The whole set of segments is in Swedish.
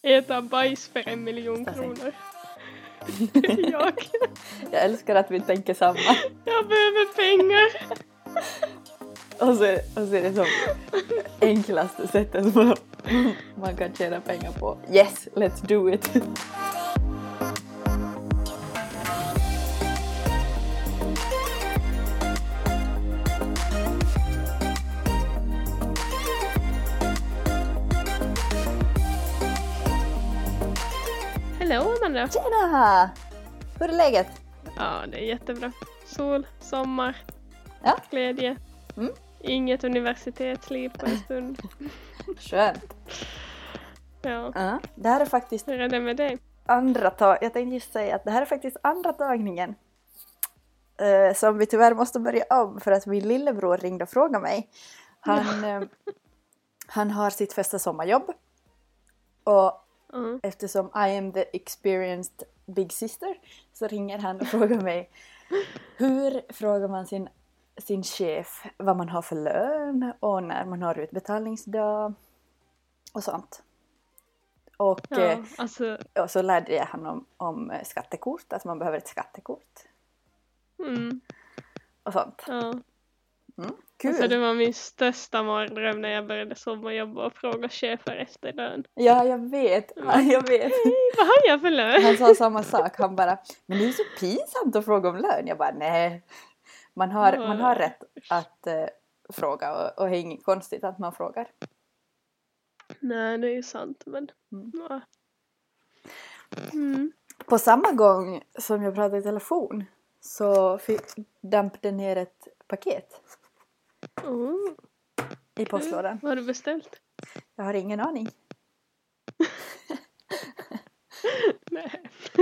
Äta bajs för 1 miljon kronor. Jag älskar att vi tänker samma. Jag behöver pengar. Och så är det som enklaste sättet som man kan tjäna pengar på. Yes, let's do it! Hallå Amanda! Tjena! Hur är läget? Ja, det är jättebra. Sol, sommar, Ja. glädje. Inget universitetsliv på en stund. Skönt. Ja. Det här är faktiskt Hur är det med dig? jag tänkte just säga att det här är faktiskt andra tagningen som vi tyvärr måste börja om för att min lillebror ringde och frågade mig. Han har sitt första sommarjobb och eftersom I am the experienced big sister så ringer han och frågar mig hur frågar man sin chef vad man har för lön och när man har utbetalningsdag och sånt. Och och så lärde jag honom om skattekort, att man behöver ett skattekort. Och sånt. Ja. Kul. Alltså det var min största mardröm när jag började sommarjobba och fråga chefer efter lön. Ja, jag vet. Hej, vad har jag för lön? Han sa samma sak. Han bara, men det är så pinsamt att fråga om lön. Jag bara, nej. Man har rätt att fråga och det är inget konstigt att man frågar. Nej, det är ju sant, men... Ja. På samma gång som jag pratade i telefon så damp det ner ett paket i postlådan. Vad har du beställt? Jag har ingen aning. Nej.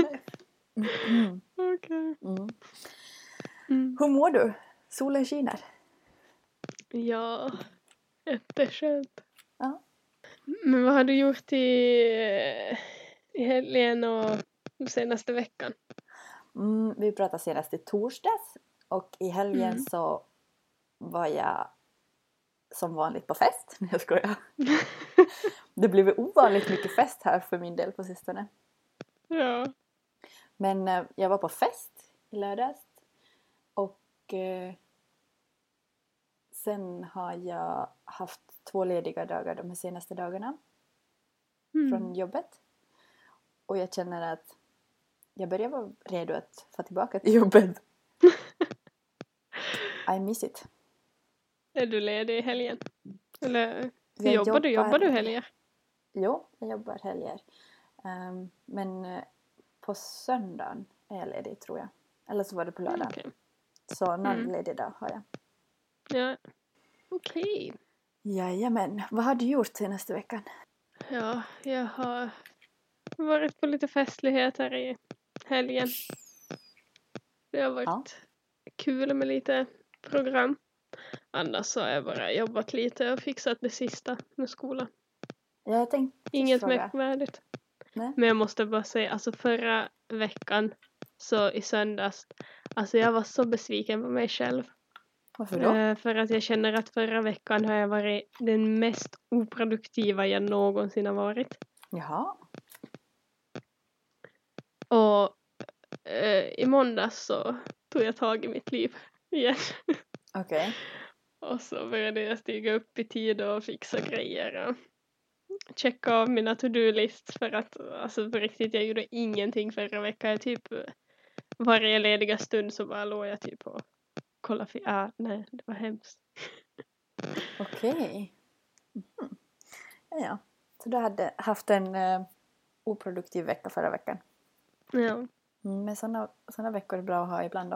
Okej. Hur mår du? Solen skiner. Ja, jätteskönt. Ja. Men vad har du gjort i helgen och senaste veckan? Vi pratade senast i torsdags och i helgen så var jag som vanligt på fest. Jag skojar. Det blev ovanligt mycket fest här för min del på sistone. Ja. Men jag var på fest i lördags och sen har jag haft 2 lediga dagar de här senaste dagarna från jobbet. Och jag känner att jag börjar vara redo att få tillbaka till jobbet. I miss it. Är du ledig i helgen? Eller jobbar du helger? Jo, jag jobbar helger. Men på söndagen är jag ledig tror jag. Eller så var det på lördag. Okay. Så någon ledig dag har jag. Ja, okej. Jajamän. Vad har du gjort senaste veckan? Ja, jag har varit på lite festligheter i helgen. Det har varit kul med lite program. Annars så har jag bara jobbat lite och fixat det sista med skolan. Jag tänkte inget märkvärdigt. Men jag måste bara säga, alltså förra veckan så i söndags, alltså jag var så besviken på mig själv. Varför då? För att jag känner att förra veckan har jag varit den mest oproduktiva jag någonsin har varit. Jaha. Och i måndags så tog jag tag i mitt liv igen. Okej. Och så började jag stiga upp i tid och fixa grejer och checka av mina to-do-list för att alltså på riktigt jag gjorde ingenting förra veckan. Typ varje lediga stund så bara låg jag typ och kollade nej, det var hemskt. Okej. Ja. Så du hade haft en oproduktiv vecka förra veckan. Ja. Men såna veckor är bra att ha ibland då.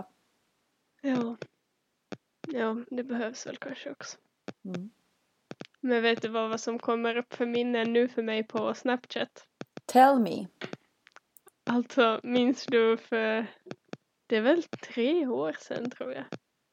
Ja, det behövs väl kanske också. Men vet du vad som kommer upp för minnen nu för mig på Snapchat? Tell me. Alltså, minns du för... Det är väl 3 år sedan tror jag.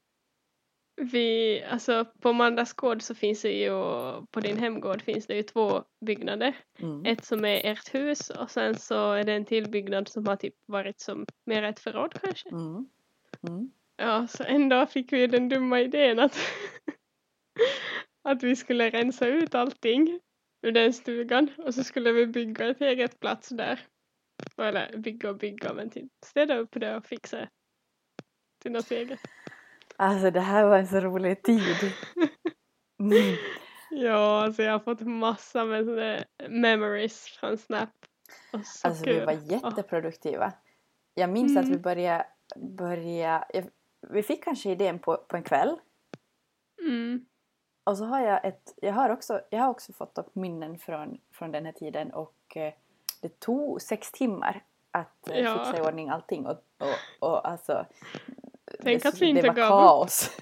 Alltså på Mandasgård så finns det ju, på din hemgård finns det ju 2 byggnader. Ett som är ert hus och sen så är det en till byggnad som har typ varit som mer ett förråd kanske. Ja, så en dag fick vi den dumma idén att vi skulle rensa ut allting. ur den stugan. Och så skulle vi bygga ett eget plats där. Eller bygga men typ städa upp det och fixa till något eget. Alltså det här var en så rolig tid. Mm. Ja, alltså jag har fått massa med sådana memories från Snap. Och så Alltså kul. vi var jätteproduktiva. Jag minns att vi började vi fick kanske idén på en kväll. Mm. Och så har jag har också fått upp minnen från den här tiden och det tog 6 timmar att fixa i ordning allting och alltså tänk att vi inte det var gav kaos.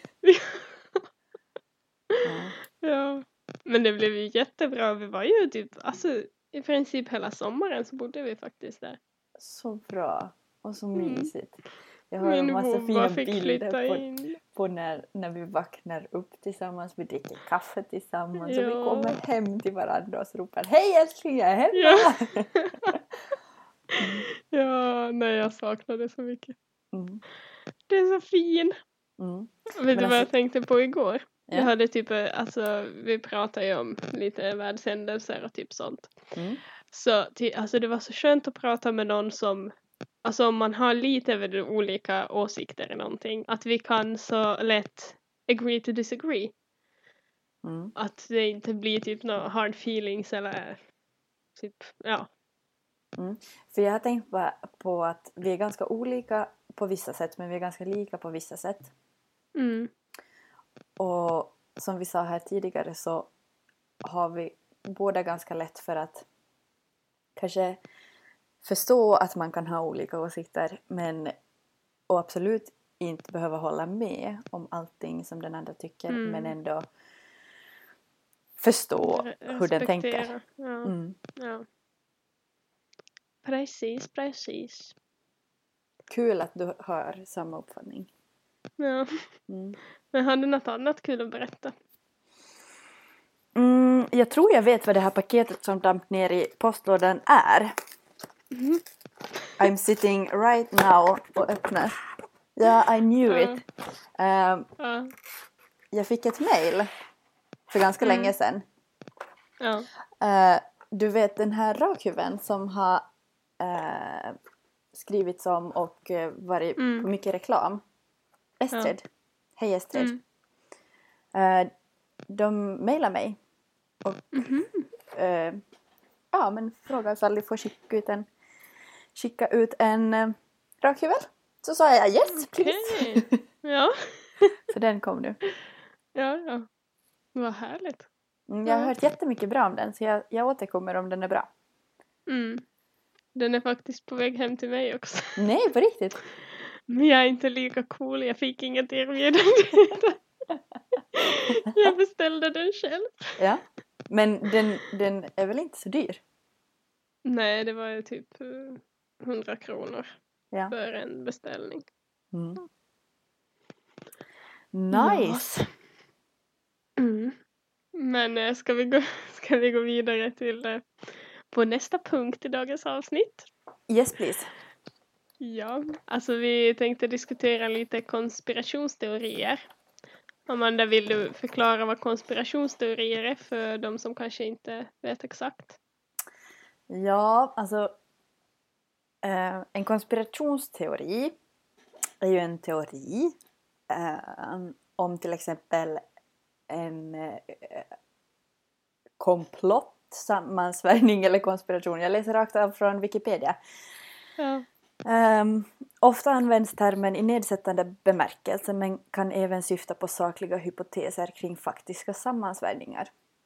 Ja, men det blev ju jättebra. Vi var ju typ, alltså i princip hela sommaren så bodde vi faktiskt där. Så bra och så mysigt. Jag har Min en massa vovva fina fick bilder på när vi vaknar upp tillsammans, vi dricker kaffe tillsammans och vi kommer hem till varandra och så ropar hej älskling, jag är hemma! Ja, ja nej jag saknar det så mycket. Mm. Det är så fin. Vet du vad jag tänkte på igår? Ja. Jag hade typ, alltså vi pratade ju om lite världshändelser och typ sånt. Så alltså det var så skönt att prata med någon som, alltså om man har lite olika åsikter i någonting, att vi kan så lätt agree to disagree. Att det inte blir typ några hard feelings eller typ, ja. För jag har tänkt på att vi är ganska olika på vissa sätt, men vi är ganska lika på vissa sätt. Och som vi sa här tidigare så har vi båda ganska lätt för att kanske förstå att man kan ha olika åsikter och absolut inte behöva hålla med om allting som den andra tycker men ändå förstå hur den tänker. Ja. Precis. Kul att du har samma uppfattning. Ja. Men har du något annat kul att berätta? Jag tror jag vet vad det här paketet som damp ner i postlådan är. I'm sitting right now och öppnar. Ja, I knew it. Jag fick ett mail för ganska länge sedan. Du vet den här rakhyveln som har skrivits om och varit på mycket reklam. Estrid. Hej Estrid. De mejlar mig och men frågar ifall de får skicka ut en rakhyvel. Så sa jag yes, please. Ja. Så den kom nu. Ja. Vad härligt. Jag har hört jättemycket bra om den så jag återkommer om den är bra. Den är faktiskt på väg hem till mig också. Nej, på riktigt. Men jag är inte lika cool. Jag fick inget erbjudande. Jag beställde den själv. Ja, men den är väl inte så dyr? Nej, det var ju typ 100 kronor för en beställning. Nice. Men ska vi gå vidare till på nästa punkt i dagens avsnitt? Yes, please. Ja, alltså vi tänkte diskutera lite konspirationsteorier. Amanda, vill du förklara vad konspirationsteorier är för de som kanske inte vet exakt? Ja, alltså en konspirationsteori är ju en teori om till exempel en komplott, sammansvärjning eller konspiration. Jag läser rakt av från Wikipedia. Ja. Ofta används termen i nedsättande bemärkelse men kan även syfta på sakliga hypoteser kring faktiska sammansvärjningar.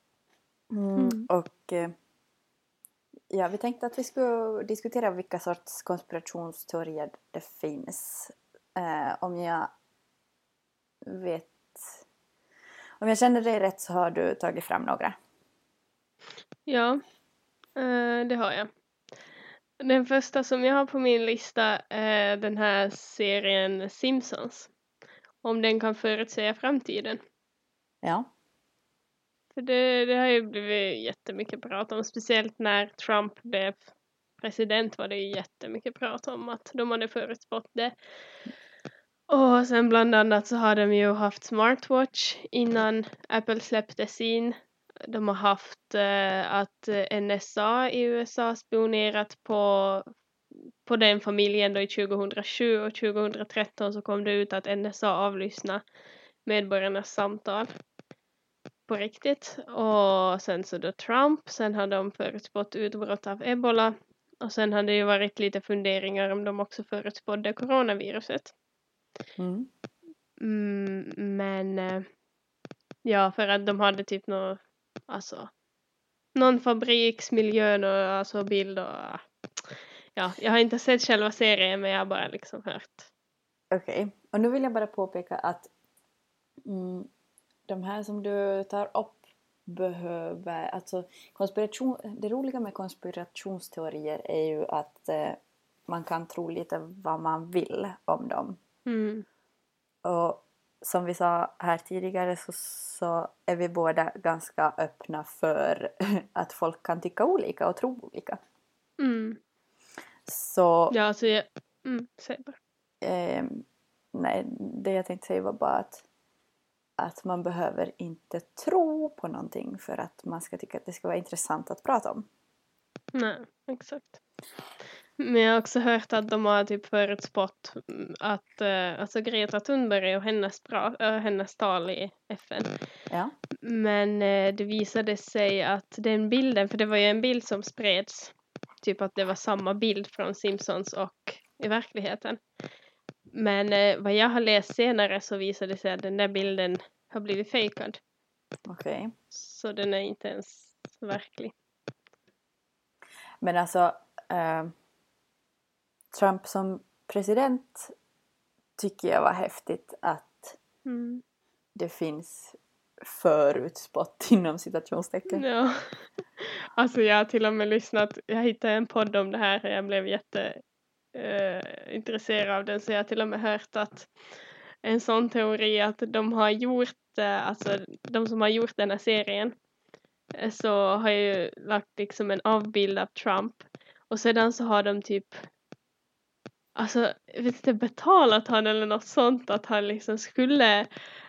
Och vi tänkte att vi skulle diskutera vilka sorts konspirationsteorier det finns. Om jag känner dig rätt så har du tagit fram några. Ja, det har jag. Den första som jag har på min lista är den här serien Simpsons. Om den kan förutsäga framtiden. Ja. För det har ju blivit jättemycket prat om. Speciellt när Trump blev president var det ju jättemycket prat om att de hade förutspått det. Och sen bland annat så har de ju haft smartwatch innan Apple släppte sin de har haft att NSA i USA spionerat på den familjen då i 2007 och 2013 så kom det ut att NSA avlyssnar medborgarnas samtal på riktigt. Och sen så då Trump, sen har de förutspått utbrott av Ebola och sen hade det ju varit lite funderingar om de också förutspådde coronaviruset. Men ja, för att de hade typ någon fabriksmiljö och alltså bild och ja, jag har inte sett själva serien men jag har bara liksom hört. Okej. Och nu vill jag bara påpeka att de här som du tar upp behöver, alltså det roliga med konspirationsteorier är ju att man kan tro lite vad man vill om dem. Och som vi sa här tidigare så är vi båda ganska öppna för att folk kan tycka olika och tro olika. Så ja, alltså säg bara. Nej, det jag tänkte säga var bara att man behöver inte tro på någonting för att man ska tycka att det ska vara intressant att prata om. Nej, exakt. Men jag har också hört att de har typ förutspått att alltså Greta Thunberg och hennes tal i FN. Ja. Men det visade sig att den bilden, för det var ju en bild som spreds, typ att det var samma bild från Simpsons och i verkligheten. Men vad jag har läst senare så visade det sig att den där bilden har blivit fejkad. Okej. Så den är inte ens verklig. Men alltså Trump som president tycker jag var häftigt att det finns förutspått inom citationstecken. Ja, alltså jag har till och med lyssnat, jag hittade en podd om det här och jag blev intresserad av den så jag har till och med hört att en sån teori att de har gjort, alltså de som har gjort den här serien så har ju lagt liksom en avbild av Trump och sedan så har de typ alltså, jag vet inte, betalat han eller något sånt att han liksom skulle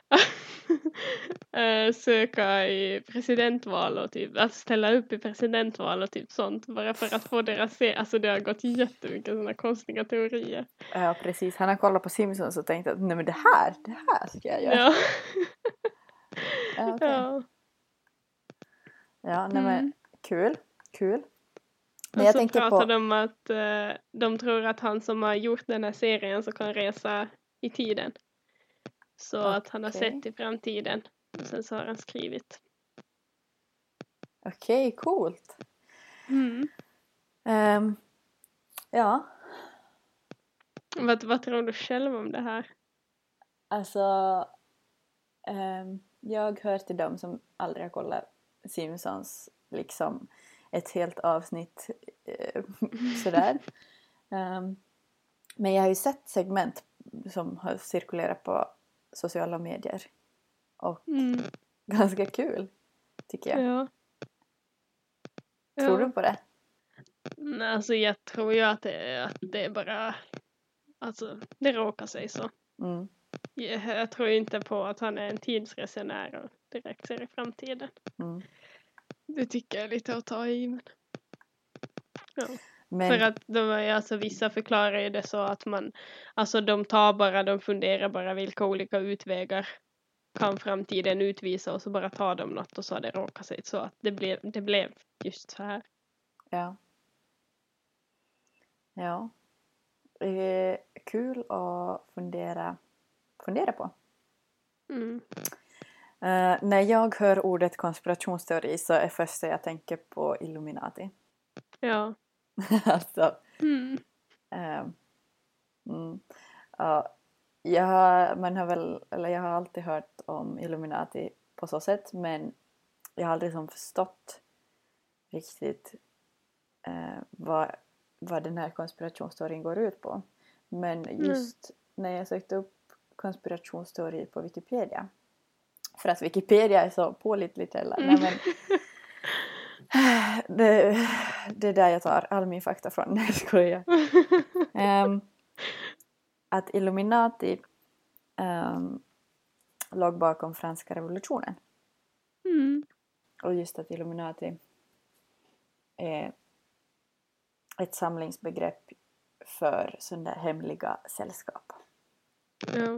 söka i presidentval och typ att ställa upp i presidentval och typ sånt bara för att få deras alltså det har gått jättemycket sådana konstiga teorier. Ja, precis. Han har kollat på Simpsons och tänkt att nej men det här ska jag göra. Ja. Ja, okay. Ja, nej men kul. Men och så pratar de om att de tror att han som har gjort den här serien så kan resa i tiden. Så att han har sett i framtiden. Och sen så har han skrivit. Okej, coolt. Ja. Vad tror du själv om det här? Alltså, jag hör till dem som aldrig har kollat Simpsons liksom ett helt avsnitt sådär. Men jag har ju sett segment som har cirkulerat på sociala medier. Och ganska kul, tycker jag. Ja. Tror du på det? Nej, alltså jag tror ju att det är bara, alltså det råkar sig så. Jag tror inte på att han är en tidsresenär och direkt ser i framtiden. Det tycker jag är lite att ta i. Men för att alltså vissa förklarar ju det så att man, alltså de funderar bara vilka olika utvägar kan framtiden utvisa och så bara tar de något och så har det råkat sig så att det blev just så här. Ja. Ja. Det är kul att fundera på. När jag hör ordet konspirationsteori så är första jag tänker på Illuminati. Ja. Alltså. Jag har alltid hört om Illuminati på så sätt, men jag har aldrig förstått riktigt vad den här konspirationsteorin går ut på. Men just när jag sökte upp konspirationsteori på Wikipedia, för att Wikipedia är så pålitligt det är där jag tar all min fakta från. Nej, skojar. Att Illuminati låg bakom franska revolutionen. Och just att Illuminati är ett samlingsbegrepp för sådana där hemliga sällskap. Ja.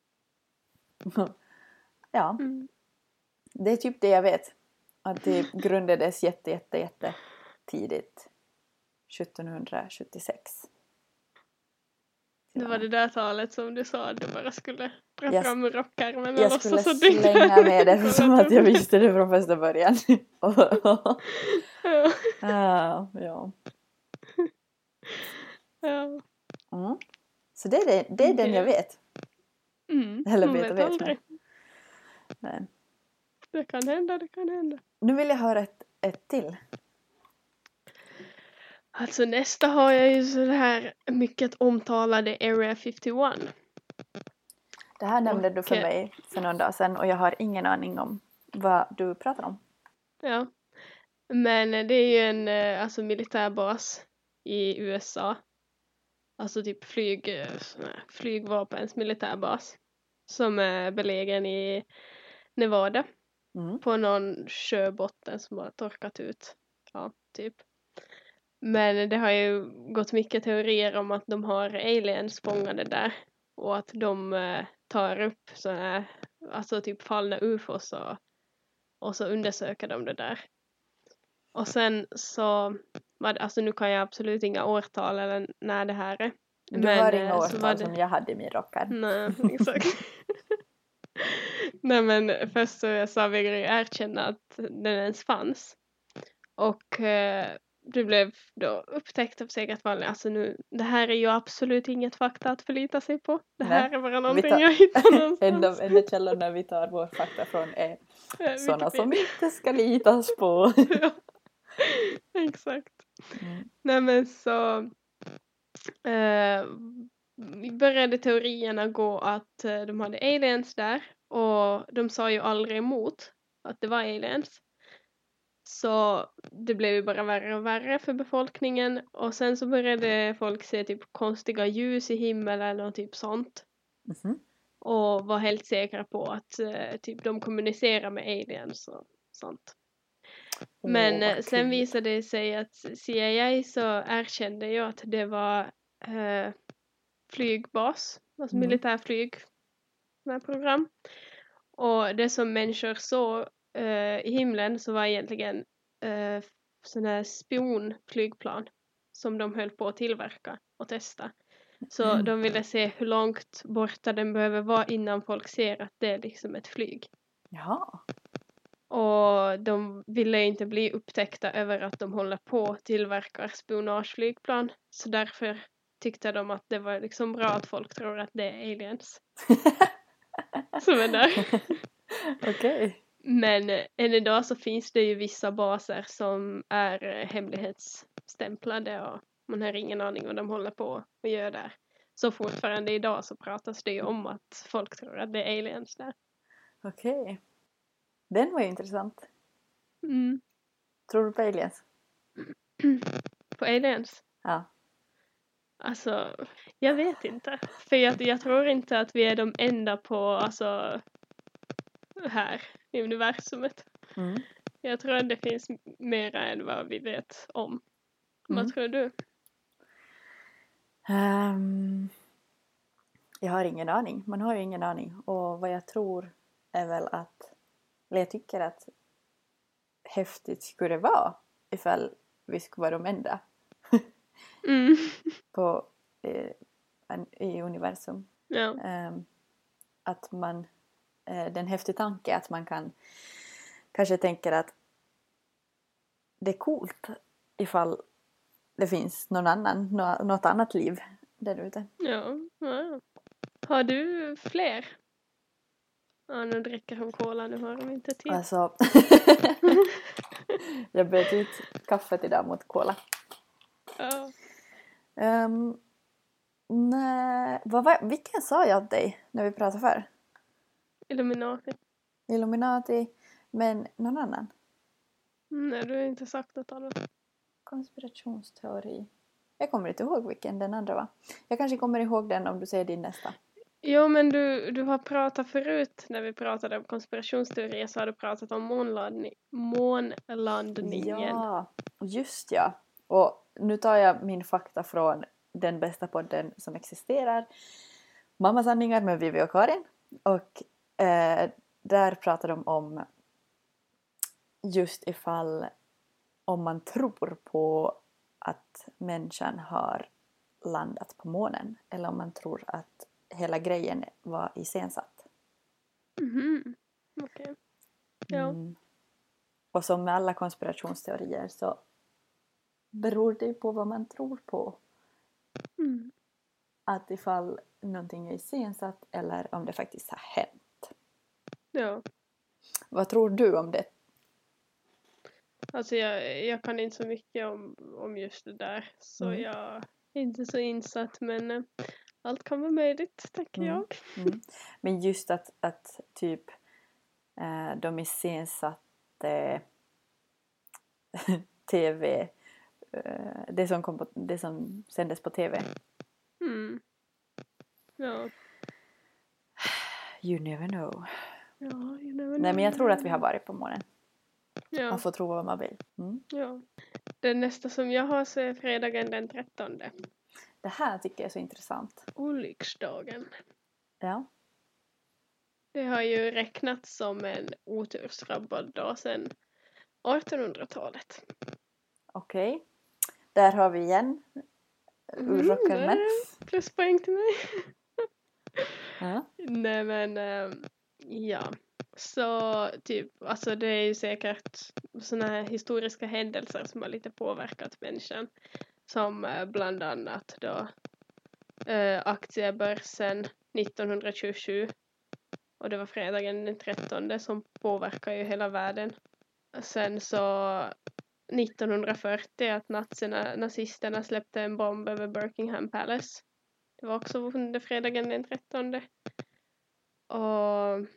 Ja. Det är typ det jag vet. Att det grundades jätte tidigt. 1776. Det var det där talet som du sa att du bara skulle dra Jag- fram ur rockärmen. Jag skulle slänga med det som att jag visste det från första början. Ja. Ja. Ja. Så det är den jag vet. Eller man vet. aldrig. Nej. Det kan hända. Nu vill jag höra ett till. Alltså nästa har jag ju så här mycket omtalade Area 51. Det här nämnde du för mig för någon dag sedan och jag har ingen aning om vad du pratar om. Ja, men det är ju en alltså militärbas i USA. Alltså typ flygvapens militärbas som är belägen i Nevada på någon sjöbotten som har torkat ut. Ja, typ. Men det har ju gått mycket teorier om att de har aliens fångade där och att de tar upp så här, alltså typ fallna ufos och så undersöker de det där. Och sen så alltså nu kan jag absolut inga årtal eller när det här är. Du har inga årtal som jag hade i min rockar. Nej, exakt. Nej men först så sa vi ju erkänna att den ens fanns. Och det blev då upptäckt av säkert fall. Alltså nu, det här är ju absolut inget fakta att förlita sig på. Det här är bara någonting jag hittar någonstans. Enda källorna vi tar vår fakta från är sådana som inte ska litas på. Ja, exakt. Nej men så började teorierna gå att de hade aliens där. Och de sa ju aldrig emot att det var aliens. Så det blev ju bara värre och värre för befolkningen. Och sen så började folk se typ konstiga ljus i himmelen och typ sånt. Och var helt säkra på att typ de kommunicerar med aliens och sånt. Men sen visade det sig att CIA så erkände ju att det var flygbas. Alltså militärflyg. Program. Och det som människor såg i himlen så var egentligen sådana här spionflygplan som de höll på att tillverka och testa. Så de ville se hur långt borta den behöver vara innan folk ser att det är liksom ett flyg. Jaha. Och de ville inte bli upptäckta över att de håller på att tillverka spionageflygplan. Så därför tyckte de att det var liksom bra att folk tror att det är aliens. Som är där. Okej. Men än idag så finns det ju vissa baser som är hemlighetsstämplade och man har ingen aning vad de håller på att göra där. Så fortfarande idag så pratas det ju om att folk tror att det är aliens där. Okej. Den var ju intressant. Mm. Tror du på aliens? På aliens? Ja. Alltså, jag vet inte. För jag tror inte att vi är de enda på, alltså, här i universumet. Jag tror att det finns mera än vad vi vet om. Vad tror du? Jag har ingen aning. Man har ju ingen aning. Och vad jag tror är väl att, eller jag tycker att häftigt skulle det vara ifall vi skulle vara de enda på, i universum. Ja. Att man, den häftiga tanke att man kan kanske tänker att det är coolt ifall det finns något annat liv där ute. Ja. Har du fler? Ja, nu dricker hon cola, nu har de inte till. Alltså, jag bytte ut kaffet idag mot cola. Ja. Nej, vilken sa jag till dig när vi pratade för? Illuminati, men någon annan? Nej, du har inte sagt något annat. Konspirationsteori. Jag kommer inte ihåg vilken den andra var. Jag kanske kommer ihåg den om du säger din nästa. Jo, men du har pratat förut när vi pratade om konspirationsteorier, så har du pratat om månlandningen. Ja, just ja. Och nu tar jag min fakta från den bästa podden som existerar, Mammasanningar med Vivi och Karin. Och där pratar de om just om man tror på att människan har landat på månen, eller om man tror att hela grejen var iscensatt. Okej. Ja. Och som med alla konspirationsteorier så beror det på vad man tror på. Att ifall någonting är iscensatt eller om det faktiskt har hänt. Ja. Vad tror du om det? Alltså jag kan inte så mycket om just det där. Så jag är inte så insatt, men allt kan vara möjligt, tänker jag. Men just att typ de iscensatte TV, det som sändes på TV. Ja. You never know. Ja, you never know. Nej, men jag tror att vi har varit på månen. Ja. Man får tro vad man vill. Ja. Den nästa som jag har så är fredagen den 13. Det här tycker jag är så intressant. Olycksdagen. Ja. Det har ju räknats som en otursdrabbad dag sedan 1800-talet. Okej. Där har vi igen urrocken. Pluspoäng till mig. Ja. Nej, men ja. Så typ, alltså det är ju säkert såna här historiska händelser som har lite påverkat människan. Som bland annat då aktiebörsen 1927. Och det var fredagen den 13 som påverkar ju hela världen. Sen så 1940 att nazisterna släppte en bomb över Buckingham Palace. Det var också under fredagen den 13. Och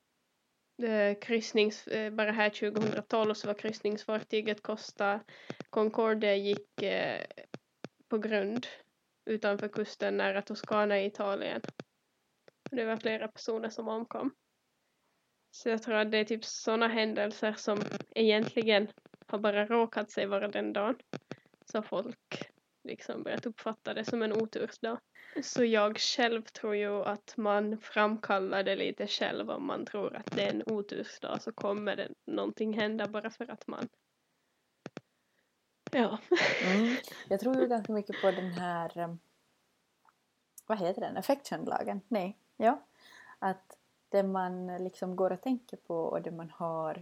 bara här 2012 så var kryssningsfartyget Costa Concordia gick på grund utanför kusten nära Toscana i Italien. Det var flera personer som omkom. Så jag tror att det är typ sådana händelser som egentligen har bara råkat sig vara den dagen. Så folk liksom börjat uppfatta det som en otursdag. Så jag själv tror ju att man framkallar det lite själv. Om man tror att det är en otursdag så kommer det någonting hända bara för att man... Ja. Jag tror ju ganska mycket på den här... Vad heter den? Affection-lagen? Nej. Ja. Att det man liksom går och tänker på och det man har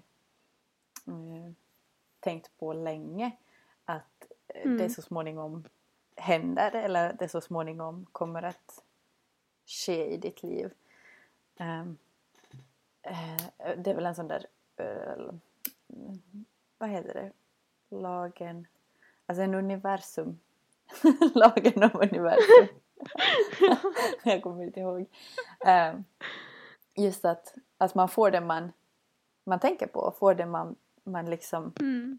tänkt på länge, att det så småningom händer eller det så småningom kommer att ske i ditt liv. Det är väl en sån där vad heter det? Lagen, alltså en universum. Lagen om universum. Jag kommer inte ihåg. Just att man får det man tänker på, får det man liksom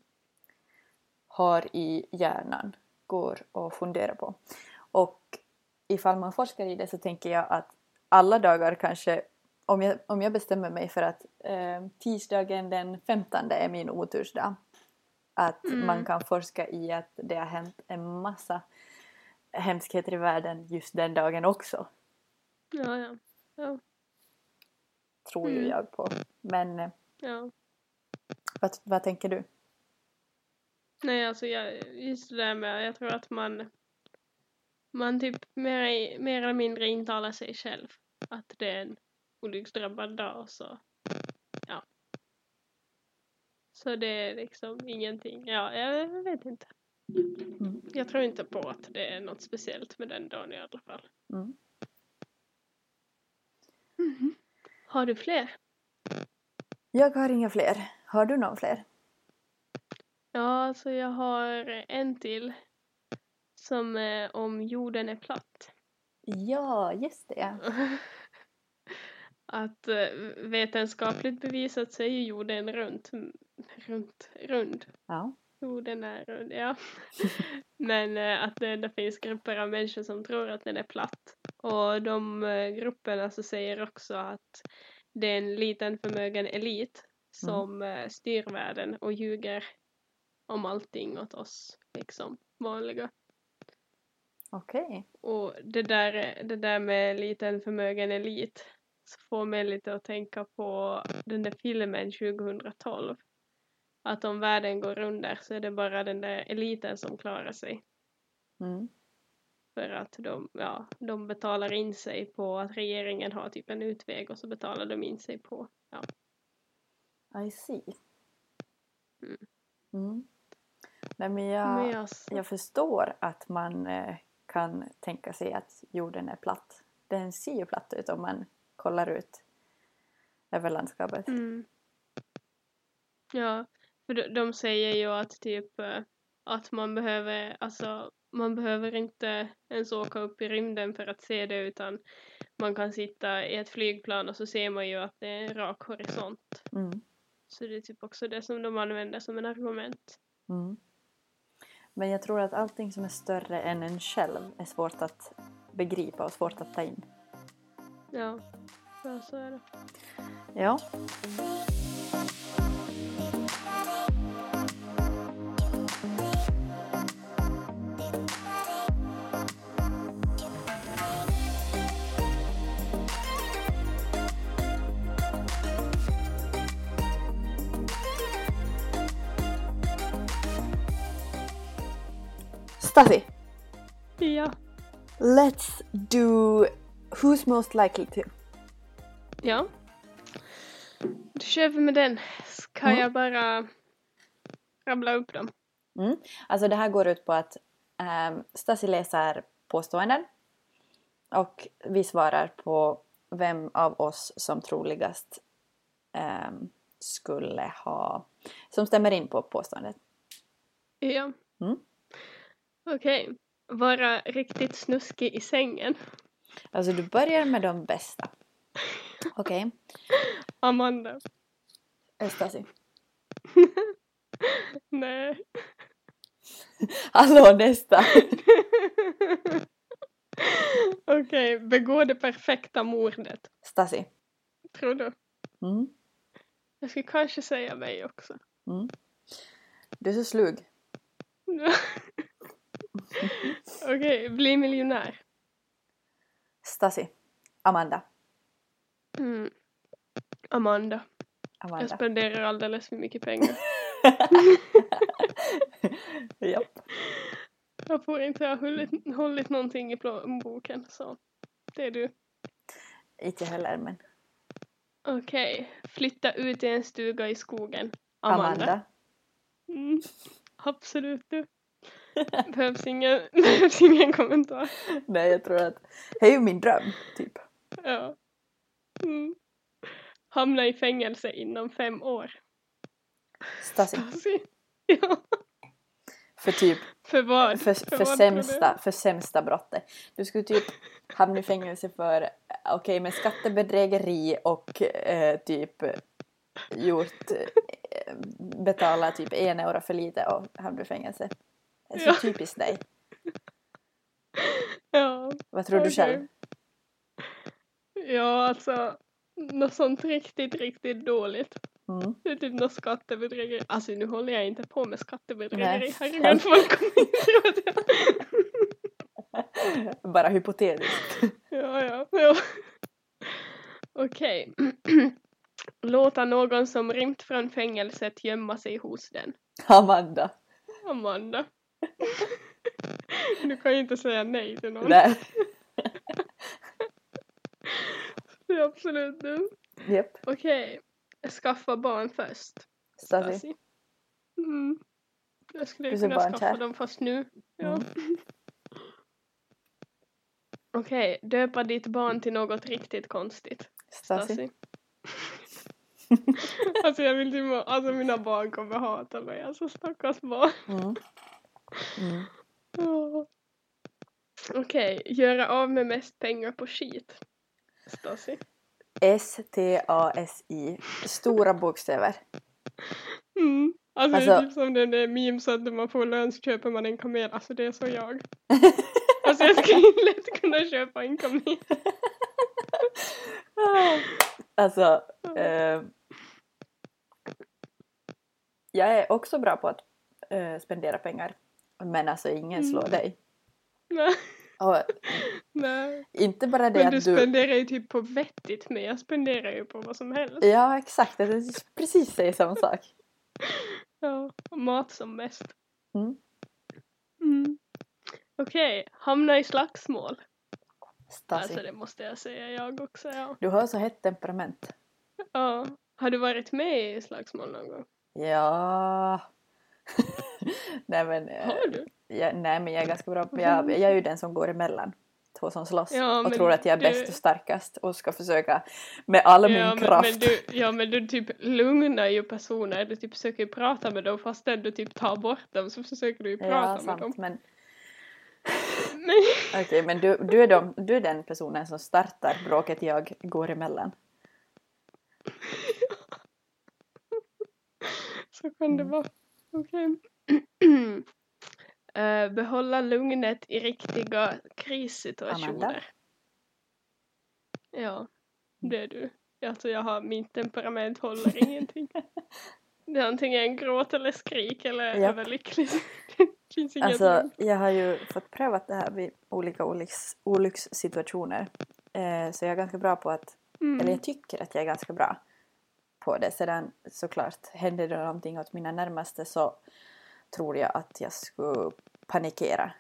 har i hjärnan, går och funderar på. Och ifall man forskar i det så tänker jag att alla dagar kanske, om jag bestämmer mig för att tisdagen den 15 är min otursdag, att man kan forska i att det har hänt en massa hemskheter i världen just den dagen också. Ja. Tror ju jag på. Men vad tänker du? Nej, alltså just det där med, jag tror att man typ mer eller mindre intalar sig själv att det är en olycksdrabbad dag, så ja. Så det är liksom ingenting. Ja, jag vet inte. Jag tror inte på att det är något speciellt med den dagen i alla fall. Har du fler? Jag har inga fler. Har du någon fler? Ja, alltså jag har en till som är om jorden är platt. Ja, just det. Att vetenskapligt bevisat så är ju jorden rund. Ja. Jorden är rund, ja. Men att det finns grupper av människor som tror att den är platt. Och de grupperna så säger också att det är en liten förmögen elit som styr världen och ljuger om allting åt oss, liksom, vanliga. Okej. Och det där med liten förmögen elit så får mig lite att tänka på den där filmen 2012. Att om världen går under så är det bara den där eliten som klarar sig. Mm. För att de betalar in sig på att regeringen har typ en utväg och så betalar de in sig på, ja. I see. Mm. Mm. Nej, men jag förstår att man kan tänka sig att jorden är platt. Den ser ju platt ut om man kollar ut över landskapet. Mm. Ja, för de säger ju att typ att man behöver inte ens åka upp i rymden för att se det, utan man kan sitta i ett flygplan och så ser man ju att det är en rak horisont. Mm. Så det är typ också det som de använder som en argument. Mm. Men jag tror att allting som är större än en själv är svårt att begripa och svårt att ta in. Ja, så är det. Ja. Stasi, Ja. let's do Who's Most Likely To. Ja. Då kör vi med den. Ska jag bara rabbla upp dem? Mm. Alltså det här går ut på att Stasi läser påståenden och vi svarar på vem av oss som troligast skulle ha, som stämmer in på påståendet. Ja. Mm. Okej. Vara riktigt snuskig i sängen. Alltså du börjar med de bästa. Okej. Amanda. Stasi. Nej. Hallå nästa. Okej, begå det perfekta mordet. Stasi. Tror du? Mm. Jag skulle kanske säga mig också. Mm. Du är så slug. Okej, bli miljonär. Stasi. Amanda. Amanda. Jag spenderar alldeles för mycket pengar. Japp. Jag får inte ha hållit någonting i plånboken, så det är du. Inte heller, men Okej, flytta ut i en stuga i skogen. Amanda. Absolut du. Behövs ingen kommentar. Nej, jag tror att det är ju min dröm, typ. Ja. Hamna i fängelse inom 5 år. Stasi. Ja. För typ För vad? För sämsta brottet. Du skulle typ hamna i fängelse för med skattebedrägeri och typ betala typ 1 euro för lite och hamna i fängelse. Det är så typiskt dig. Ja. Vad tror du själv? Ja, alltså något sånt riktigt dåligt. Det är typ något skattebedrägeri. Alltså nu håller jag inte på med skattebedrägeri. Herregud, folk kommer inte tro att jag... Bara hypotetiskt. Ja. Okej. Låta någon som rymt från fängelset gömma sig hos den. Amanda. Du kan ju inte säga nej till någon. Nej. Det är absolut dumt. Japp. Okej. Skaffa barn först. Stasi. Jag skulle kunna skaffa dem först nu. Ja. Okej. Döpa ditt barn till något riktigt konstigt. Stasi. Alltså jag vill typ, alltså mina barn kommer hata mig. Alltså stackars barn. Okej. Göra av med mest pengar på skit. Stasi. STASI. Stora bokstäver. Alltså det är typ som den där memes att när man får lön så köper man en kamel. Alltså det är så jag. Alltså jag skulle lätt kunna köpa en kamel. Alltså, jag är också bra på att spendera pengar. Men alltså ingen slår dig. Nej. Och, nej. Inte bara det men att du spenderar ju typ på vettigt, men jag spenderar ju på vad som helst. Ja, exakt. Jag precis säger samma sak. Ja, mat som mest. Mm. Okej, hamna i slagsmål. Stasi. Alltså det måste jag säga jag också, ja. Du har så hett temperament. Ja, har du varit med i slagsmål någon gång? Ja. Nej men... Har du? Nej men jag är ganska bra. Jag är ju den som går emellan. Två som slåss. Ja, och tror att jag är bäst och starkast. Och ska försöka med all min kraft. Men du typ lugnar ju personer. Du typ försöker ju prata med dem. Fast du typ tar bort dem så försöker du ju prata med dem. Men... Okej, men du är den personen som startar bråket jag går emellan. Så kan det vara. Okej. Behålla lugnet i riktiga krissituationer. Amanda? Ja, det är du. Alltså jag har min temperament håller ingenting. Det är antingen gråt eller skrik eller överlycklig. Alltså jag har ju fått prövat det här vid olika olyckssituationer. Så jag är ganska bra på att, eller jag tycker att jag är ganska bra på det. Sedan såklart händer det någonting åt mina närmaste så tror jag att jag skulle panikera.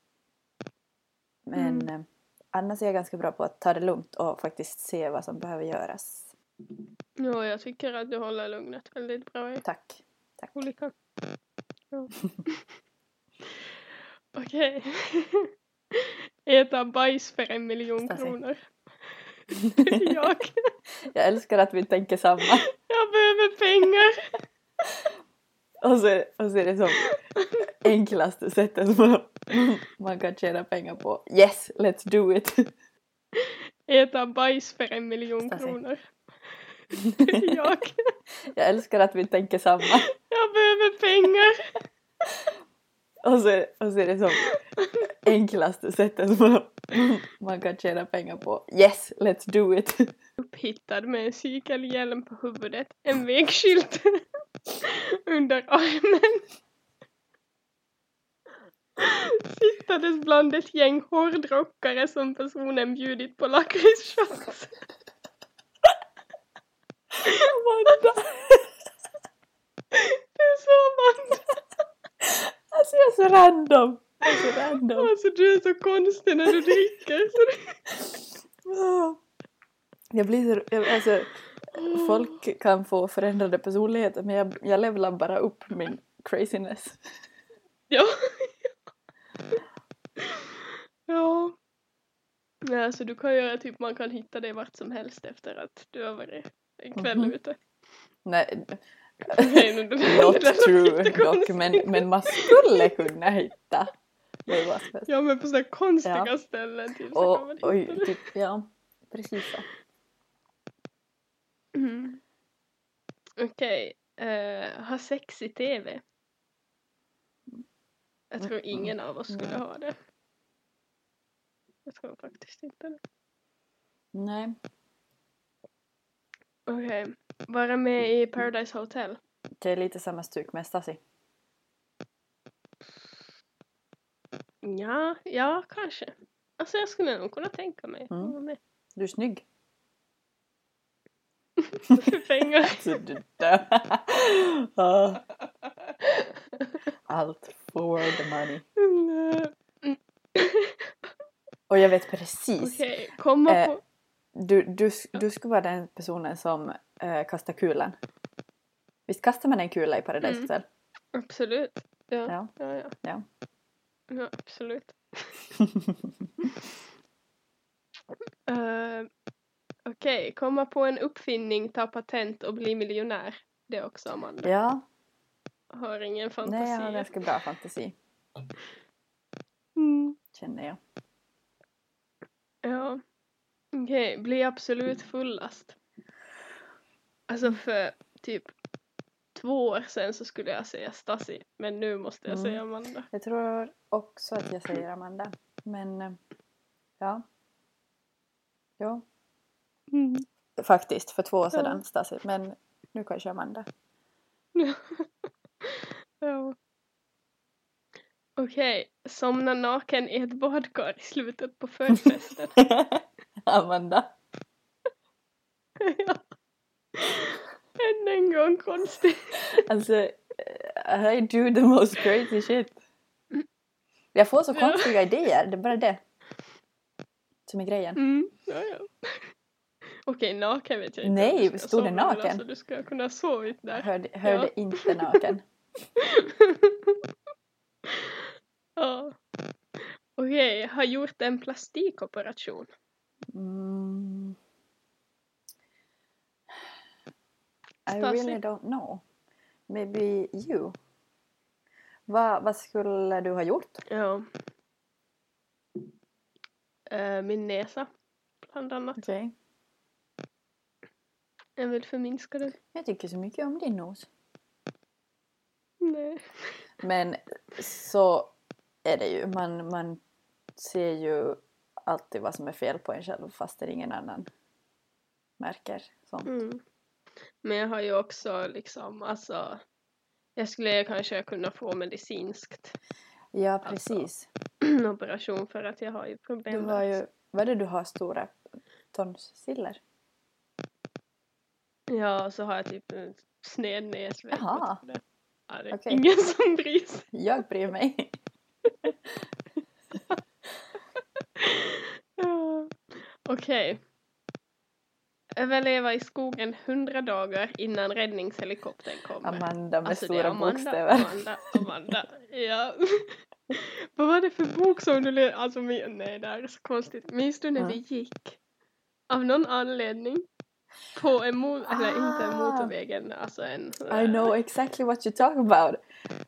Men annars är jag ganska bra på att ta det lugnt och faktiskt se vad som behöver göras. Ja, jag tycker att du håller lugnet väldigt bra. Tack. Olika. Ja. Okej. Äta bajs för 1 miljon kronor. Jag älskar att vi tänker samma. Jag behöver pengar. Och så är det som enklaste sättet som man kan tjäna pengar på. Yes, let's do it. Äta bajs för 1 miljon kronor. Jag älskar att vi tänker samma. Jag behöver pengar. Och så är det som enklaste sättet som man kan tjäna pengar på. Yes, let's do it. Upphittad med en cykelhjälm på huvudet. En vägskylt under armen. Sittades bland ett gäng hårdrockare som personen bjudit på lakritsshots. Amanda. Det är så Amanda. Alltså jag är så random. Alltså du är så konstig när du dricker. Jag blir så... Alltså, folk kan få förändrade personligheter men jag levlar bara upp min craziness. Ja. Ja. Ja, alltså du kan göra typ, man kan hitta dig vart som helst efter att du har varit en kväll ute. Nej, not true dock, men man skulle kunna hitta mig vart som helst. Ja, men på sådana konstiga ställen typ, så kan man hitta det. Typ, ja, precis så. Okej, ha sex i tv. Jag tror ingen av oss skulle ha det. Jag tror faktiskt inte det. Nej. Okej, vara med i Paradise Hotel. Det är lite samma stuk med Stasi. Ja, kanske. Alltså jag skulle nog kunna tänka mig. Du är snygg. För pengar. Alltså du allt for the money. Och jag vet precis. Okej, komma på. Du skulle vara den personen som kastar kulan. Visst kastar man en kula i Paradise Hotel? Absolut. Ja, absolut. Okej, komma på en uppfinning, ta patent och bli miljonär. Det är också Amanda. Ja. Har ingen fantasi. Nej, jag har ganska bra fantasi. Känner jag. Ja. Okej, bli absolut fullast. Alltså för typ 2 år sedan så skulle jag säga Stasi. Men nu måste jag säga Amanda. Jag tror också att jag säger Amanda. Men ja. Jo. Faktiskt för 2 år sedan Stasi. Men nu kanske Amanda. Ja. Okej. Somna naken i ett badkar i slutet på förfesten. Amanda. Ja. Än en gång konstigt. Alltså, I do the most crazy shit. Jag får så konstiga idéer, det är bara det som är grejen. Ja. Okej, naken vet jag inte. Nej, stod det naken? Alltså, du ska kunna sova där. Hörde inte naken. Ja. Okej, har gjort en plastikoperation. I really don't know. Maybe you. Vad skulle du ha gjort? Ja. Min näsa, bland annat. Okej. Jag vill förminska den. Jag tycker så mycket om din nos. Nej. Men så är det ju. Man ser ju alltid vad som är fel på en själv fast det ingen annan märker sånt. Men jag har ju också liksom, alltså, jag skulle kanske kunna få medicinskt. Ja, precis. Alltså, operation för att jag har ju problem. Du har ju, vad är det du har, stora tonsiller? Ja, så har jag typ en sned näsvägg. Jaha. Ja, det är ingen som bryr sig. Jag bryr mig. Okej. Överleva i skogen 100 dagar innan räddningshelikoptern kommer. Amanda med stora bokstäver. Amanda. Ja. Vad var det för bok som du läste? Alltså, nej, det här är så konstigt. Minns du när vi gick? Av någon anledning. På en eller inte en motorvägen. Alltså en... I know exactly what you talk about.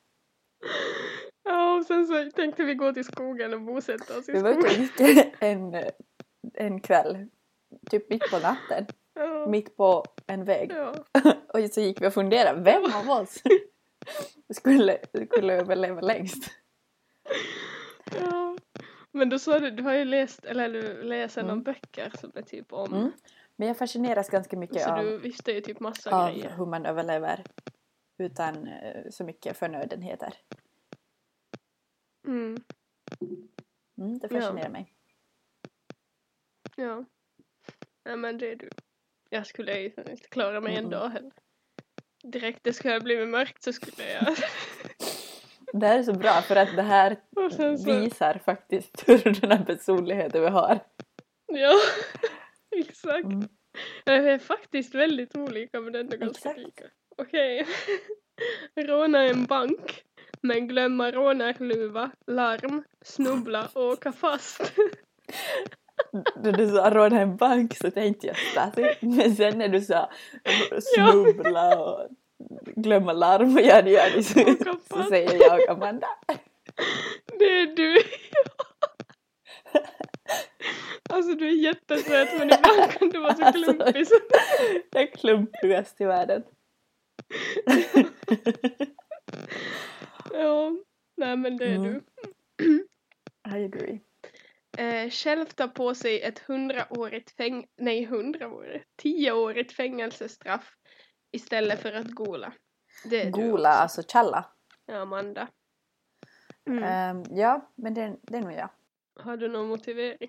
Ja, och sen så tänkte vi gå till skogen och bosätta oss i skogen. Vi var ute en kväll. Typ mitt på natten. Ja. Mitt på en väg. Ja. Och så gick vi och funderade. Vem av oss skulle överleva längst? Ja. Men då sa du har ju läst, eller du läser någon böcker som är typ om. Men jag fascineras ganska mycket så av, du visste ju typ massa grejer. hur man överlever utan så mycket förnödenheter. Det fascinerar mig. Ja. Ja, men det är du. Jag skulle ju inte klara mig en dag heller. Direkt det skulle ha blivit mörkt så skulle jag... Det här är så bra för att det här visar faktiskt hur den här personligheten vi har. Ja, exakt. Jag är faktiskt väldigt olika men ändå ganska lika. Okej. Råna en bank men glömma rånarluva, larm, snubbla och åka fast. När du sa råna en bank så tänkte jag Stasi. Men sen när du sa snubbla och glömma larm och gör så säger jag Amanda. Det är du. Alltså du är jättesöt men ibland kan du vara så klumpig. Jag är klumpigast i världen. Ja, nej men det är du. I agree. Själv tar på sig ett 10-årigt fängelsestraff istället för att gola. Det är gola, alltså challa. Ja, Amanda. Ja, men det är nog jag. Har du någon motivering?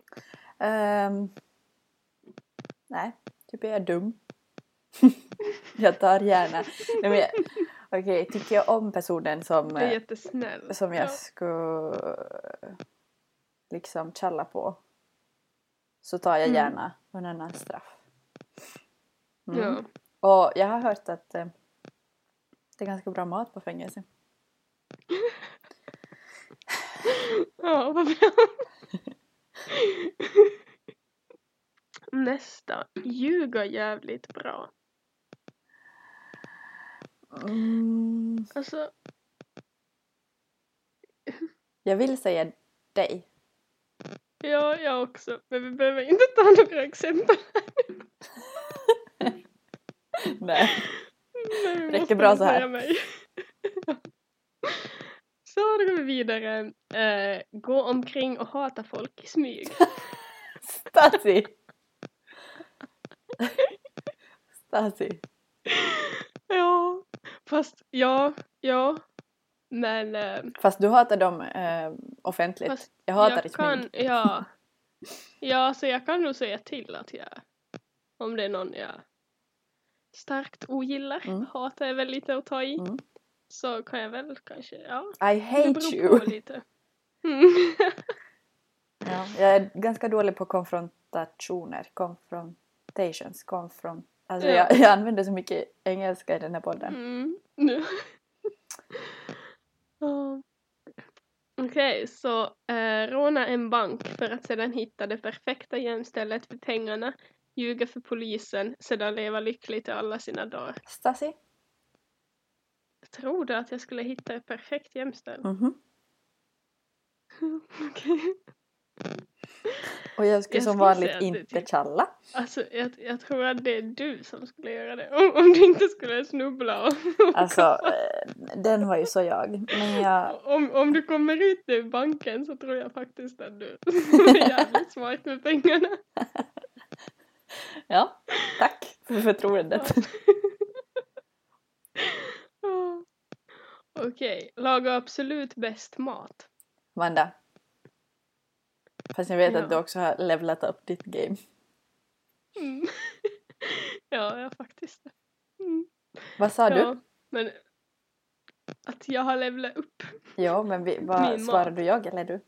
Nej, typ jag är dum. Jag tar gärna. Okej, tycker jag om personen som... är jättesnäll. Som jag skulle liksom challa på. Så tar jag gärna en annan straff. Ja. Och jag har hört att det är ganska bra mat på fängelse. Ja, vad bra. Nästa. Ljuga jävligt bra. Alltså. Jag vill säga dig. Ja, jag också. Men vi behöver inte ta några exempel. Nej. Räcker bra så här. Så då går vi vidare. Gå omkring och hata folk i smyg. Stasi. Stasi. Ja, fast ja. Men... fast du hatar dem offentligt. Jag hatar i smyg. Ja, så jag kan nog säga till att om det är någon jag starkt ogillar, hatar jag väl lite att ta i. Så kan jag väl kanske, I hate you. Lite. Ja, jag är ganska dålig på konfrontationer. Confrontations. Alltså jag använder så mycket engelska i den här podden. Okej, så råna en bank för att sedan hitta det perfekta gömstället för pengarna, ljuga för polisen, sedan leva lyckligt i alla sina dagar. Stasi? Tror du att jag skulle hitta ett perfekt gömställe? Okej. Och jag skulle som vanligt inte tjalla. Alltså jag tror att det är du som skulle göra det. Om du inte skulle snubbla. Alltså den var ju så jag. Men om du kommer ut ur banken så tror jag faktiskt att du är jävligt smart med pengarna. Ja, tack för förtroendet. Okej, laga absolut bäst mat. Vanda. Fast jag vet att du också har levlat upp ditt game. Ja, jag faktiskt. Vad sa du? Men att jag har levlat upp. Ja, men vad svarade jag eller du?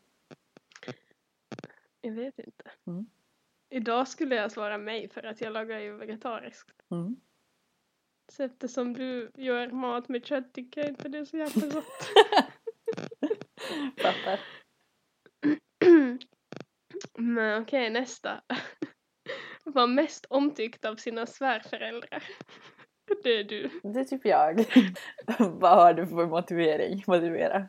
Jag vet inte. Idag skulle jag svara mig för att jag lagar ju vegetariskt. Så eftersom du gör mat med kött tycker jag inte det är så jävla gott. Fattar. Men okej, nästa. Var mest omtyckt av sina svärföräldrar. Det är du. Det är typ jag. Vad har du för motivering? Motivera.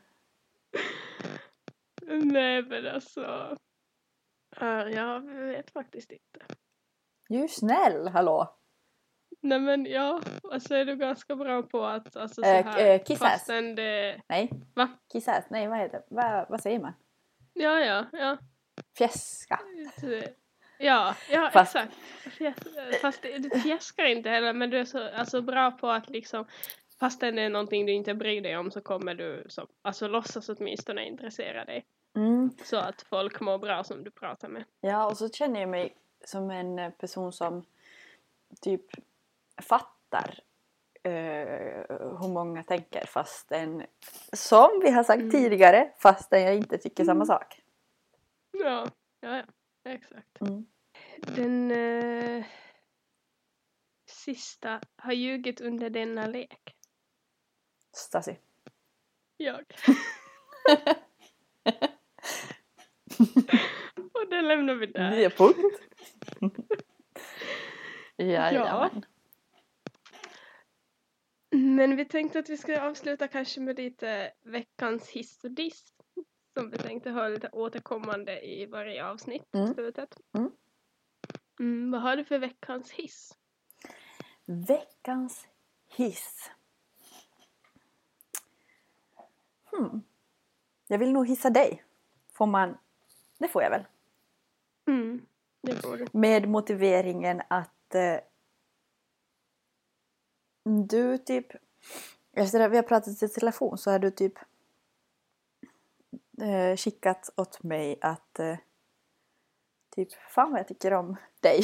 Nej, men alltså. Jag vet faktiskt inte. Du är snäll, hallå. Nej men alltså är du ganska bra på att alltså så här kissäs. Nej. Va? Kissäs, nej vad heter det? Vad säger man? Ja. Fjäska. Ja, exakt. Fast du fjäskar inte heller, men du är så bra på att liksom, fast det är någonting du inte bryr dig om så kommer du alltså låtsas åtminstone intressera dig. Så att folk mår bra som du pratar med. Ja, och så känner jag mig som en person som typ fattar hur många tänker fastän, som vi har sagt tidigare, fastän jag inte tycker samma sak. Ja, exakt. Den sista har ljugit under denna lek. Stasi. Jag. Och det lämnar vi där. 9 punkt. Ja. Men vi tänkte att vi ska avsluta kanske med lite veckans hiss och diss. Som vi tänkte ha lite återkommande i varje avsnitt. Slutet. Vad har du för veckans hiss? Veckans hiss. Jag vill nog hissa dig. Det får jag väl. Det får du. Med motiveringen att du typ, efter att vi har pratat i telefon så har du typ skickat åt mig att typ, fan vad jag tycker om dig.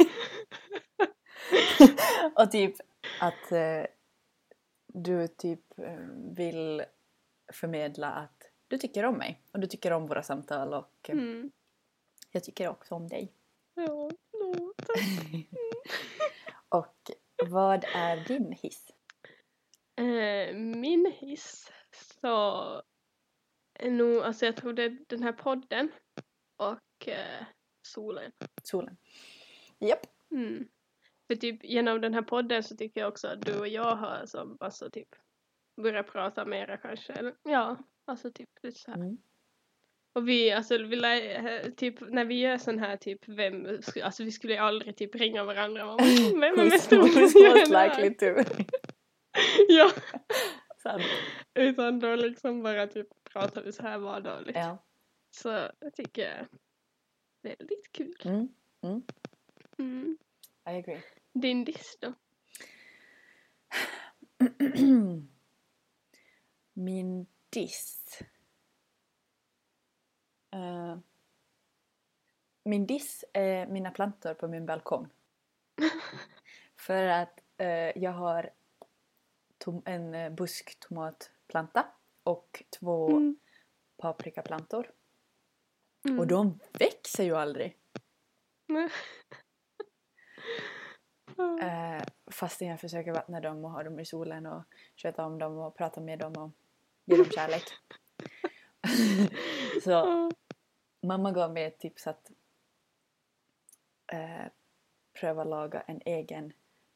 Och typ att du typ vill förmedla att du tycker om mig. Och du tycker om våra samtal och jag tycker också om dig. Ja, tack. Och vad är din hiss? Min hiss så är nog, alltså jag tror det är den här podden och solen. Solen. Japp. För typ genom den här podden så tycker jag också att du och jag har alltså typ börjat prata mera kanske. Eller, alltså typ lite så här. Och vi typ när vi gör sån här typ vi skulle aldrig typ ringa varandra. Vem är mest likely to? Ja. Sant. Utan då liksom bara typ pratar vi så här vardagligt. Ja. Så jag tycker jag är väldigt kul. I agree. Din diss då? Min diss. Min diss är mina plantor på min balkong. För att jag har en busktomatplanta och 2 paprikaplantor. Och de växer ju aldrig. Fast jag försöker vattna dem och ha dem i solen och sköta om dem och prata med dem och ge dem kärlek. Så mamma gav mig ett tips att pröva laga en egen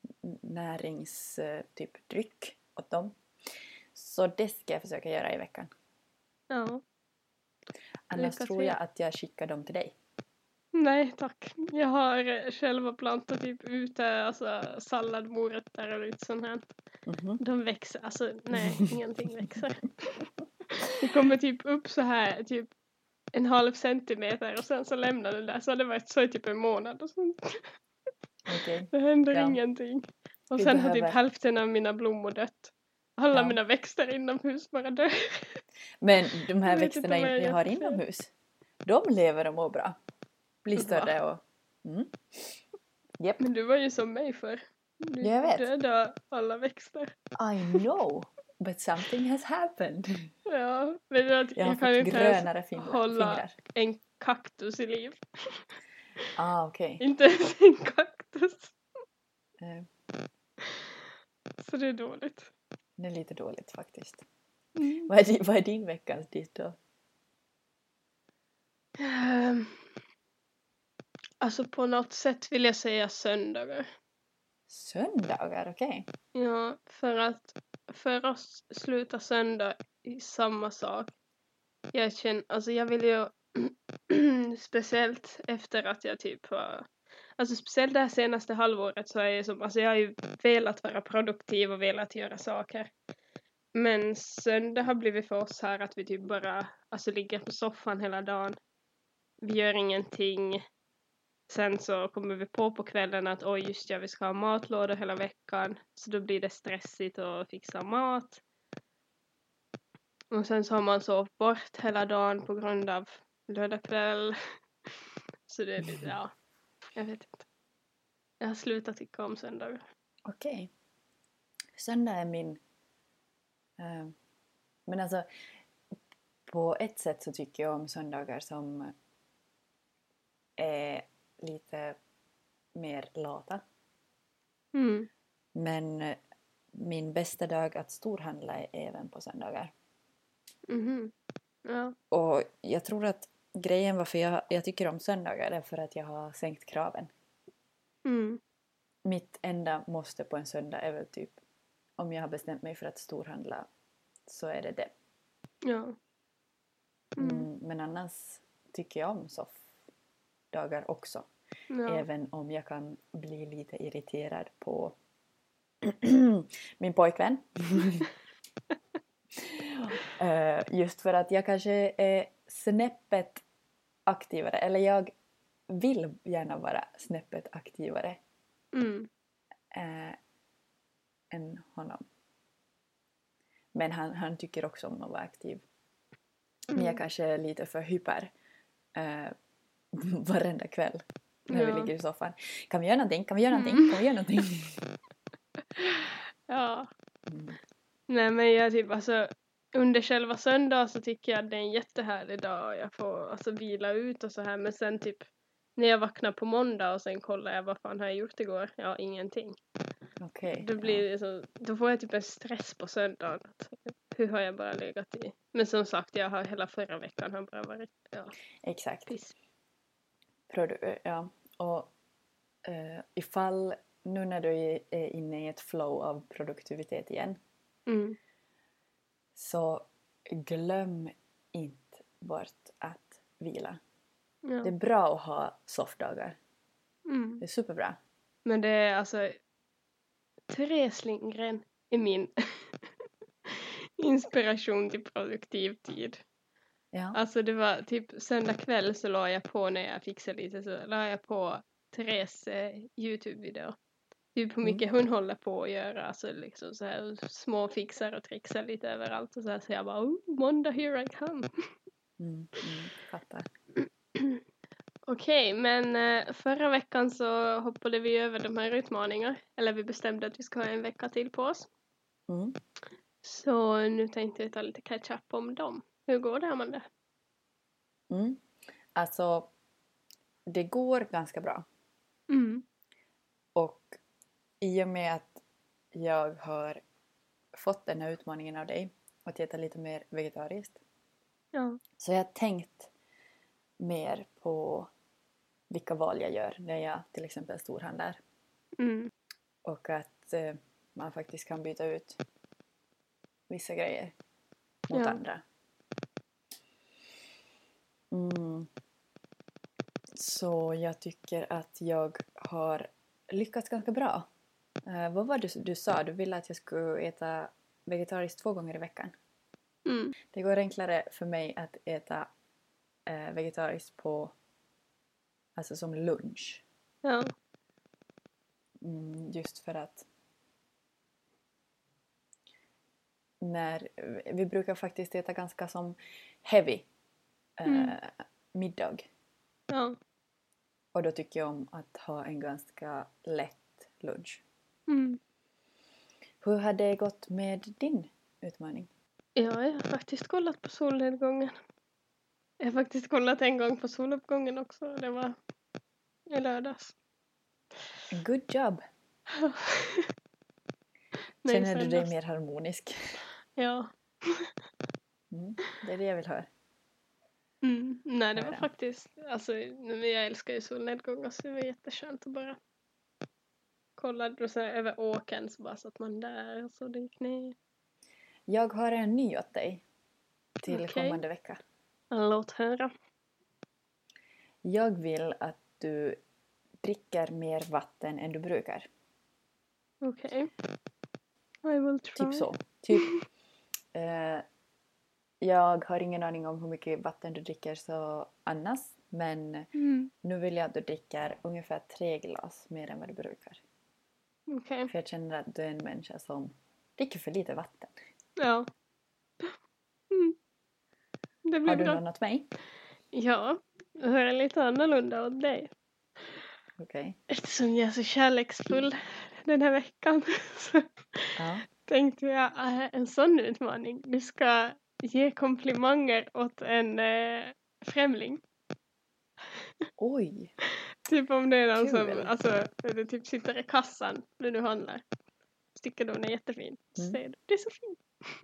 typ dryck åt dem. Så det ska jag försöka göra i veckan. Ja. Annars tror jag att jag skickar dem till dig. Nej tack. Jag har själva plantat typ ute, alltså salladmorötter och lite sånt här. De växer, alltså nej, ingenting växer. Det kommer typ upp så här typ 1/2 centimeter och sen så lämnar den där, så det varit så i typ en månad och sånt. Okay. Det händer ingenting. Och sen har typ hälften av mina blommor dött. Alla mina växter inomhus bara dör. Men de här växterna jag har inomhus, de lever och mår bra. Blir större och... Yep. Men du var ju som mig för. Du dödade alla växter. I know, but something has happened. Ja, men att jag har kan fått grönare hålla fingrar. En kaktus i liv. Okej. Inte ens en kaktus. Så det är dåligt. Det är lite dåligt faktiskt. Vad är din veckans diss då? Alltså på något sätt vill jag säga söndagar. Söndagar, okej. Ja, för oss slutar söndag i samma sak. Jag vill ju speciellt efter att jag typ har, alltså speciellt det här senaste halvåret så är jag som, alltså jag har ju velat vara produktiv och velat göra saker. Men söndag har blivit för oss här att vi typ bara, alltså ligger på soffan hela dagen. Vi gör ingenting. Sen så kommer vi på kvällen att just ja, vi ska ha matlådor hela veckan. Så då blir det stressigt att fixa mat. Och sen så har man sovit bort hela dagen på grund av lördagkväll. Så det är lite, jag vet inte. Jag har slutat tycka om söndagar. Okej. Söndag är min... men alltså, på ett sätt så tycker jag om söndagar som är lite mer lata. Men min bästa dag att storhandla är även på söndagar. Ja. Och jag tror att grejen varför jag tycker om söndagar är för att jag har sänkt kraven. Mitt enda måste på en söndag är väl typ om jag har bestämt mig för att storhandla så är det. Ja. Men annars tycker jag om soffdagar också. Ja. Även om jag kan bli lite irriterad på min pojkvän. Just för att jag kanske är snäppet aktivare. Eller jag vill gärna vara snäppet aktivare. Än honom. Men han tycker också om att vara aktiv. Men jag kanske är lite för hyper. Varenda kväll. När vi ligger i soffan. Kan vi göra någonting? Kan vi göra någonting? Ja. Nej men jag typ alltså under själva söndag så tycker jag att det är en jättehärlig dag. Jag får alltså vila ut och så här. Men sen typ när jag vaknar på måndag och sen kollar jag vad fan har jag gjort igår? Ja, ingenting. Okej. Då blir det så, då får jag typ en stress på söndagen. Hur har jag bara legat i? Men som sagt, jag har hela förra veckan har bara varit Exakt. Piss. Ja. Och ifall nu när du är inne i ett flow av produktivitet igen. Så glöm inte bort att vila. Ja. Det är bra att ha soffdagar. Det är superbra. Men det är alltså Therese Lindgren, är min inspiration till produktiv tid. Ja. Alltså det var typ söndag kväll så la jag på när jag fixade lite så la jag på Therese YouTube-video. Typ hur mycket hon håller på att göra. Alltså liksom så här små fixar och trixar lite överallt. Och så här så jag bara, måndag here I come. Fattar. Okej, men förra veckan så hoppade vi över de här utmaningarna. Eller vi bestämde att vi ska ha en vecka till på oss. Så nu tänkte vi ta lite catch up om dem. Hur går det, Amanda? Alltså, det går ganska bra. Och i och med att jag har fått den här utmaningen av dig att äta lite mer vegetariskt. Ja. Så jag har tänkt mer på vilka val jag gör när jag till exempel storhandlar. Och att man faktiskt kan byta ut vissa grejer mot andra. Så jag tycker att jag har lyckats ganska bra. Vad var det du sa? Du ville att jag skulle äta vegetariskt 2 gånger i veckan. Det går enklare för mig att äta vegetariskt på, alltså som lunch. Ja. Just för att när vi brukar faktiskt äta ganska som heavy middag. Ja. Och då tycker jag om att ha en ganska lätt lunch. Hur har det gått med din utmaning? Ja, jag har faktiskt kollat på solnedgången. Jag har faktiskt kollat en gång på soluppgången också. Det var i lördags. Good job! Känner du dig mer harmonisk? Ja. Det är det jag vill höra. Nej, det var faktiskt, alltså jag älskar ju solnedgångar så det var jätteskönt att bara kolla och så över åkern så bara satt man där och så det gick ner. Jag har en ny åt dig till kommande vecka. Låt höra. Jag vill att du dricker mer vatten än du brukar. Okej. I will try. Typ så. Typ, jag har ingen aning om hur mycket vatten du dricker så annars. Men nu vill jag att du dricker ungefär 3 glas mer än vad du brukar. Okej. För jag känner att du är en människa som dricker för lite vatten. Ja. Det blir har du bra. något åt mig? Ja, jag hör lite annorlunda åt dig. Okej. Eftersom jag är så kärleksfull den här veckan så tänkte jag en sån utmaning. Du ska ge komplimanger åt en främling. Oj! Typ om det är någon som alltså, du typ sitter i kassan när du handlar. Tycker de är jättefin. Så säger du, det är så fint.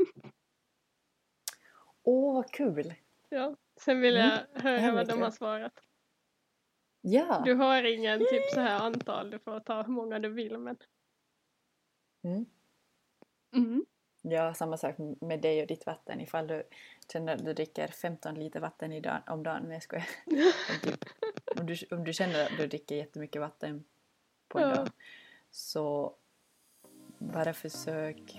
Åh, vad kul! Ja, sen vill jag höra vad de har svarat. Ja. Du har ingen typ så här antal, du får ta hur många du vill men. Ja, samma sak med dig och ditt vatten. Ifall du känner att du dricker 15 liter vatten om dagen. Men jag skojar. Om du känner att du dricker jättemycket vatten på en dag. Så bara försök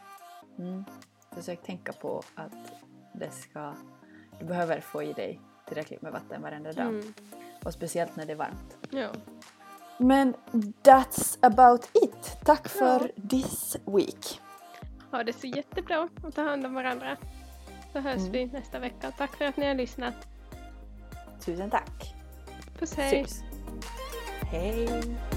tänka på att du behöver få i dig tillräckligt med vatten varenda dag. Och speciellt när det är varmt. Ja. Men that's about it. Tack för this week. Ha det så jättebra och ta hand om varandra. Så hörs vi nästa vecka. Tack för att ni har lyssnat. Tusen tack. Puss hej. Hej.